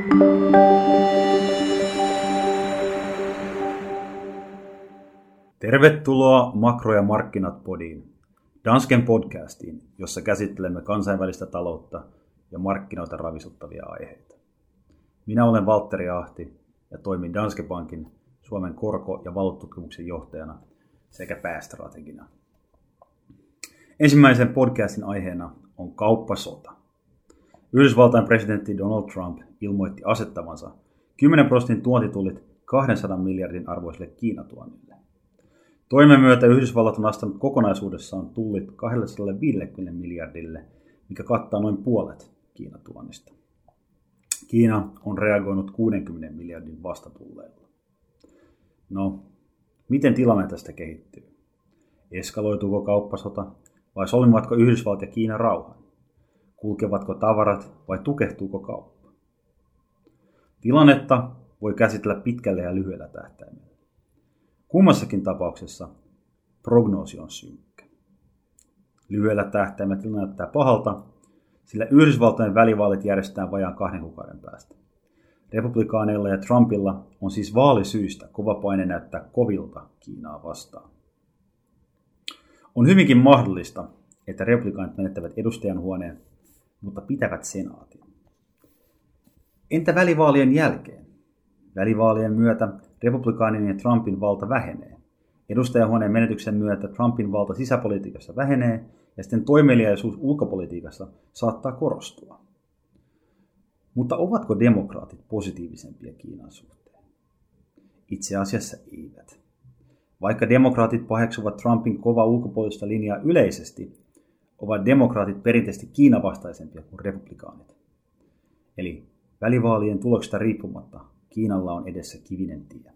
Tervetuloa Makro- ja markkinat-podiin, Dansken podcastiin, jossa käsittelemme kansainvälistä taloutta ja markkinoita ravisuttavia aiheita. Minä olen Valtteri Ahti ja toimin Danske Bankin Suomen korko- ja valuuttatutkimuksen johtajana sekä päästrategina. Ensimmäisen podcastin aiheena on kauppasota. Yhdysvaltain presidentti Donald Trump ilmoitti asettavansa 10% tuontitullit 200 miljardin arvoiselle Kiinatuonnille. Toimen myötä Yhdysvallat on astanut kokonaisuudessaan tullit 250 miljardille, mikä kattaa noin puolet Kiinatuonnista. Kiina on reagoinut 60 miljardin vastatulleilla. No, miten tilanne tästä kehittyy? Eskaloituuko kauppasota vai solmivatko Yhdysvallat ja Kiina rauhan? Kulkevatko tavarat vai tukehtuuko kauppa? Tilannetta voi käsitellä pitkällä ja lyhyellä tähtäimellä. Kummassakin tapauksessa prognoosi on synkkä. Lyhyellä tähtäimellä tilanne näyttää pahalta, sillä Yhdysvaltojen välivaalit järjestetään vajaan 2 kuukauden päästä. Republikaaneilla ja Trumpilla on siis vaalisyistä kova paine näyttää kovilta Kiinaa vastaan. On hyvinkin mahdollista, että republikaanit menettävät edustajanhuoneen, mutta pitävät senaatin. Entä välivaalien jälkeen? Välivaalien myötä republikaanien ja Trumpin valta vähenee. Edustajanhuoneen menetyksen myötä Trumpin valta sisäpolitiikassa vähenee ja sitten toimeliaisuus ulkopolitiikassa saattaa korostua. Mutta ovatko demokraatit positiivisempia Kiinan suhteen? Itse asiassa eivät. Vaikka demokraatit paheksuvat Trumpin kovaa ulkopoliittista linjaa yleisesti, ovat demokraatit perinteisesti Kiina-vastaisempia kuin republikaanit. Eli välivaalien tuloksista riippumatta Kiinalla on edessä kivinen tie.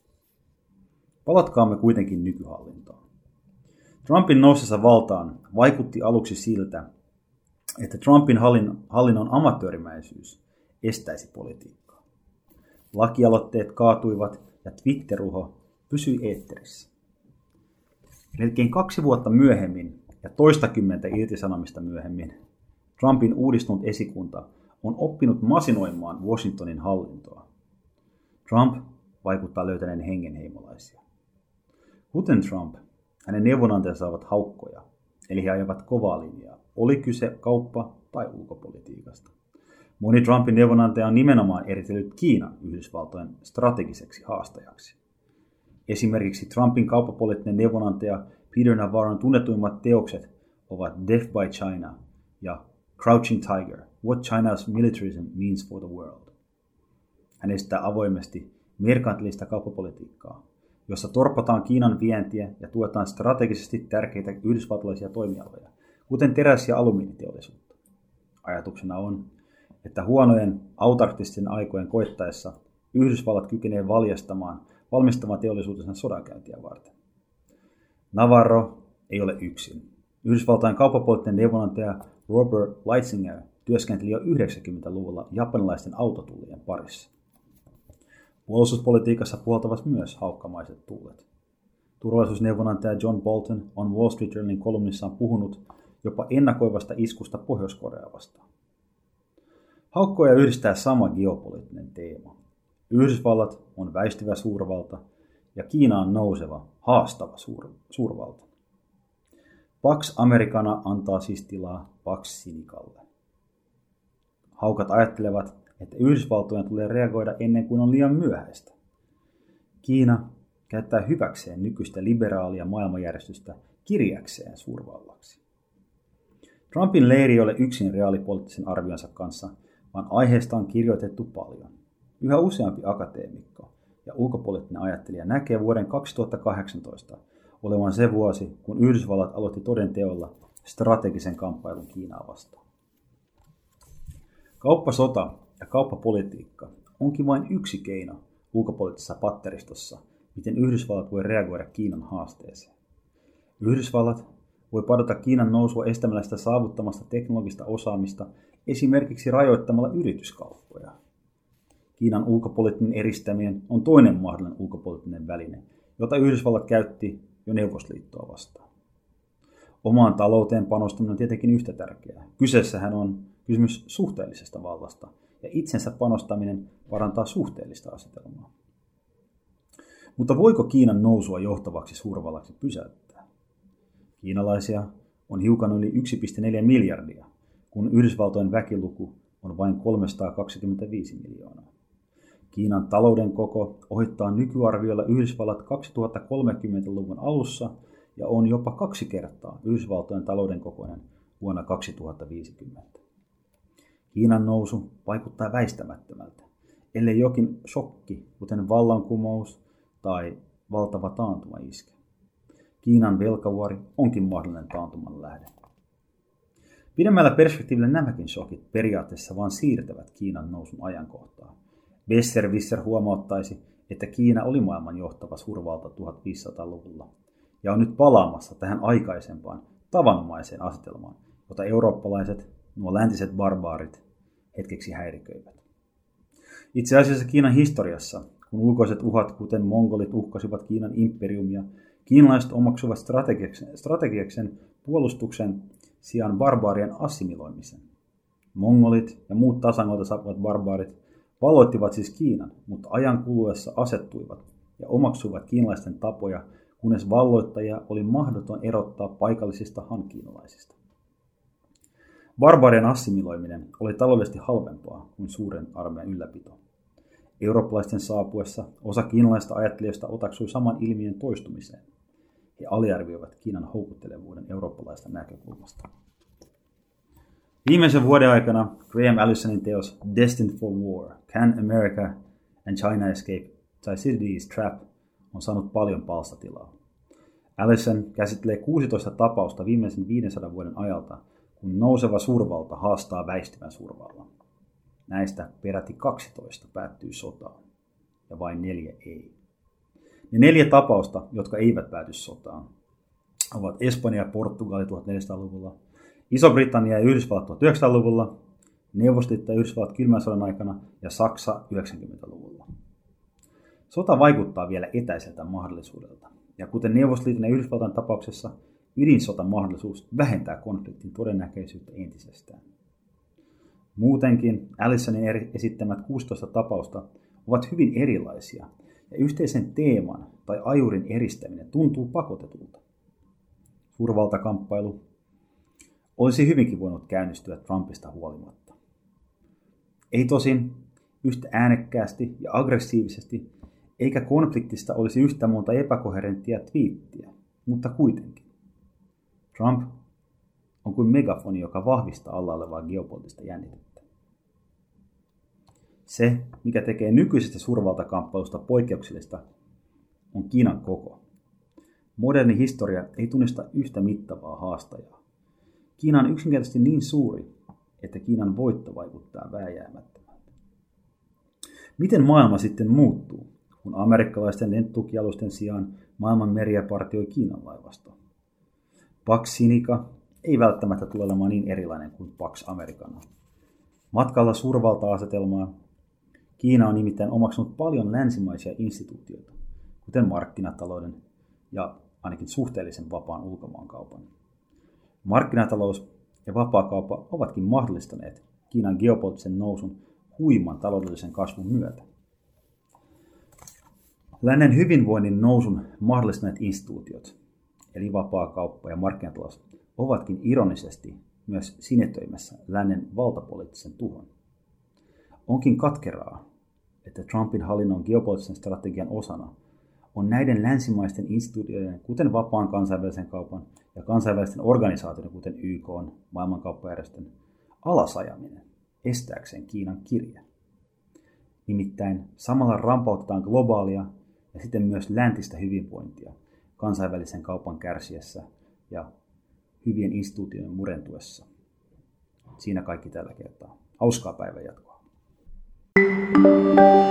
Palatkaamme kuitenkin nykyhallintoon. Trumpin noustessa valtaan vaikutti aluksi siltä, että Trumpin hallinnon amatöörimäisyys estäisi politiikkaa. Lakialoitteet kaatuivat ja Twitter-uho pysyi eetterissä. Melkein 2 vuotta myöhemmin ja toistakymmentä irtisanomista myöhemmin Trumpin uudistunut esikunta on oppinut masinoimaan Washingtonin hallintoa. Trump vaikuttaa löytäneen hengenheimolaisia. Kuten Trump, hänen neuvonantajansa ovat haukkoja, eli he ajavat kovaa linjaa, oli kyse kauppa- tai ulkopolitiikasta. Moni Trumpin neuvonantaja on nimenomaan eritellyt Kiinan Yhdysvaltojen strategiseksi haastajaksi. Esimerkiksi Trumpin kauppapoliittinen neuvonantaja Peter Navarron tunnetuimmat teokset ovat Death by China ja Crouching Tiger, What China's Militarism Means for the World. Hän estää avoimesti merkantilista kauppapolitiikkaa, jossa torpataan Kiinan vientiä ja tuetaan strategisesti tärkeitä yhdysvaltalaisia toimialoja, kuten teräs- ja alumiiniteollisuutta. Ajatuksena on, että huonojen autarktisten aikojen koittaessa Yhdysvallat kykenee valmistamaan teollisuutensa sodankäyntiä varten. Navarro ei ole yksin. Yhdysvaltain kauppapoliittinen neuvonantaja Robert Lighthizer työskenteli jo 90-luvulla japanilaisten autotullien parissa. Puolustuspolitiikassa puoltavat myös haukkamaiset tuulet. Turvallisuusneuvonantaja John Bolton on Wall Street Journalin kolumnissaan puhunut jopa ennakoivasta iskusta Pohjois-Koreaa vastaan. Haukkoja yhdistää sama geopoliittinen teema. Yhdysvallat on väistyvä suurvalta ja Kiina on nouseva, haastava suurvalta. Pax Americana antaa siis tilaa Pax Sinicalle. Haukat ajattelevat, että Yhdysvaltojen tulee reagoida ennen kuin on liian myöhäistä. Kiina käyttää hyväkseen nykyistä liberaalia maailmanjärjestystä kirjäkseen suurvallaksi. Trumpin leiri ei ole yksin reaalipoliittisen arvionsa kanssa, vaan aiheesta on kirjoitettu paljon. Yhä useampi akateemikko ja ulkopoliittinen ajattelija näkee vuoden 2018 olevan se vuosi, kun Yhdysvallat aloitti toden teolla strategisen kamppailun Kiinaa vastaan. Kauppasota ja kauppapolitiikka onkin vain yksi keino ulkopoliittisessa patteristossa, miten Yhdysvallat voi reagoida Kiinan haasteeseen. Yhdysvallat voi padota Kiinan nousua estämällä sitä saavuttamasta teknologista osaamista esimerkiksi rajoittamalla yrityskauppoja. Kiinan ulkopoliittinen eristäminen on toinen mahdollinen ulkopoliittinen väline, jota Yhdysvallat käytti jo Neuvostoliittoa vastaan. Omaan talouteen panostaminen on tietenkin yhtä tärkeää. Kyseessähän on kysymys suhteellisesta vallasta, ja itsensä panostaminen parantaa suhteellista asetelmaa. Mutta voiko Kiinan nousua johtavaksi suurvallaksi pysäyttää? Kiinalaisia on hiukan yli 1,4 miljardia, kun Yhdysvaltojen väkiluku on vain 325 miljoonaa. Kiinan talouden koko ohittaa nykyarvioilla Yhdysvallat 2030-luvun alussa ja on jopa 2 kertaa Yhdysvaltojen talouden kokoinen vuonna 2050. Kiinan nousu vaikuttaa väistämättömältä, ellei jokin shokki, kuten vallankumous tai valtava taantuma iske. Kiinan velkavuori onkin mahdollinen taantuman lähde. Pidemmällä perspektiivillä nämäkin shokit periaatteessa vain siirtävät Kiinan nousun ajankohtaa. Besserwisser huomauttaisi, että Kiina oli maailman johtava suurvalta 1500-luvulla ja on nyt palaamassa tähän aikaisempaan tavanomaiseen asetelmaan, jota eurooppalaiset, nuo läntiset barbaarit, hetkeksi häiriköivät. Itse asiassa Kiinan historiassa, kun ulkoiset uhat, kuten mongolit, uhkasivat Kiinan imperiumia, kiinalaiset omaksuvat strategiaksen puolustuksen sijaan barbaarien assimiloimisen. Mongolit ja muut tasangolta saapuvat barbaarit valloittivat siis Kiinan, mutta ajan kuluessa asettuivat ja omaksuivat kiinalaisten tapoja, kunnes valloittajia oli mahdoton erottaa paikallisista hankiinalaisista. Barbarian assimiloiminen oli taloudellisesti halvempaa kuin suuren armeijan ylläpito. Eurooppalaisten saapuessa osa kiinalaisista ajattelijoista otaksui saman ilmiön toistumiseen. He aliarvioivat Kiinan houkuttelevuuden eurooppalaista näkökulmasta. Viimeisen vuoden aikana Graham Allisonin teos Destined for War, Can America and China Escape Thucydides' Trap on saanut paljon palstatilaa. Allison käsittelee 16 tapausta viimeisen 500 vuoden ajalta, kun nouseva suurvalta haastaa väistyvän suurvallan. Näistä peräti 12 päättyy sotaan, ja vain 4 ei. Ne 4 tapausta, jotka eivät pääty sotaan, ovat Espanja ja Portugali 1400-luvulla, Iso-Britannia ja Yhdysvallat 1900-luvulla, Neuvostoliitto ja Yhdysvallat kylmän sodan aikana ja Saksa 90-luvulla. Sota vaikuttaa vielä etäiseltä mahdollisuudelta, ja kuten Neuvostoliiton ja Yhdysvaltain tapauksessa, ydinsotan mahdollisuus vähentää konfliktin todennäköisyyttä entisestään. Muutenkin Allisonin esittämät 16 tapausta ovat hyvin erilaisia, ja yhteisen teeman tai ajurin eristäminen tuntuu pakotetulta. Suurvaltakamppailu olisi hyvinkin voinut käynnistyä Trumpista huolimatta. Ei tosin yhtä äänekkäästi ja aggressiivisesti, eikä konfliktista olisi yhtä monta epäkoherenttia twiittiä, mutta kuitenkin. Trump on kuin megafoni, joka vahvistaa alla olevaa geopoliittista jännitettä. Se, mikä tekee nykyisestä suurvaltakamppailusta poikkeuksellista, on Kiinan koko. Moderni historia ei tunnista yhtä mittavaa haastajaa. Kiina on yksinkertaisesti niin suuri, että Kiinan voitto vaikuttaa vääjäämättömältä. Miten maailma sitten muuttuu, kun amerikkalaisten lentotukialusten sijaan maailman meriä partioi Kiinan laivasto? Pax Sinica ei välttämättä tule olemaan niin erilainen kuin Pax Americana. Matkalla suurvalta-asetelmaa Kiina on nimittäin omaksunut paljon länsimaisia instituutioita, kuten markkinatalouden ja ainakin suhteellisen vapaan ulkomaankaupan. Markkinatalous ja vapaakauppa ovatkin mahdollistaneet Kiinan geopoliittisen nousun huiman taloudellisen kasvun myötä. Lännen hyvinvoinnin nousun mahdollistaneet instituutiot, eli vapaakauppa ja markkinatalous, ovatkin ironisesti myös sinetöimässä lännen valtapoliittisen tuhon. Onkin katkeraa, että Trumpin hallinnon geopoliittisen strategian osana on näiden länsimaisten instituutioiden, kuten vapaan kansainvälisen kaupan ja kansainvälisten organisaatioiden, kuten YK, maailmankauppajärjestön, alasajaminen estääkseen Kiinan kirja. Nimittäin samalla rampautetaan globaalia ja sitten myös läntistä hyvinvointia kansainvälisen kaupan kärsiessä ja hyvien instituutioiden murentuessa. Siinä kaikki tällä kertaa. Hauskaa päivänjatkoa.